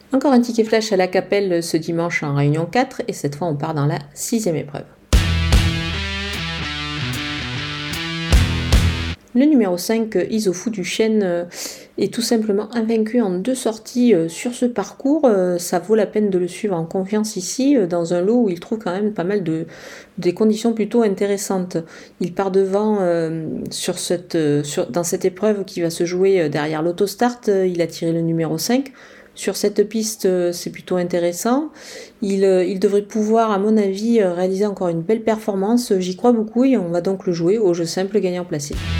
Encore un ticket flash à la Capelle ce dimanche en réunion 4 et cette fois on part dans la 6e épreuve. Le numéro 5, Isofou du Chêne, est tout simplement invaincu en 2 sorties sur ce parcours. Ça vaut la peine de le suivre en confiance ici, dans un lot où il trouve quand même pas mal des conditions plutôt intéressantes. Il part devant dans cette épreuve qui va se jouer derrière l'autostart. Il a tiré le numéro 5. Sur cette piste, c'est plutôt intéressant. Il devrait pouvoir, à mon avis, réaliser encore une belle performance. J'y crois beaucoup et on va donc le jouer au jeu simple gagnant placé.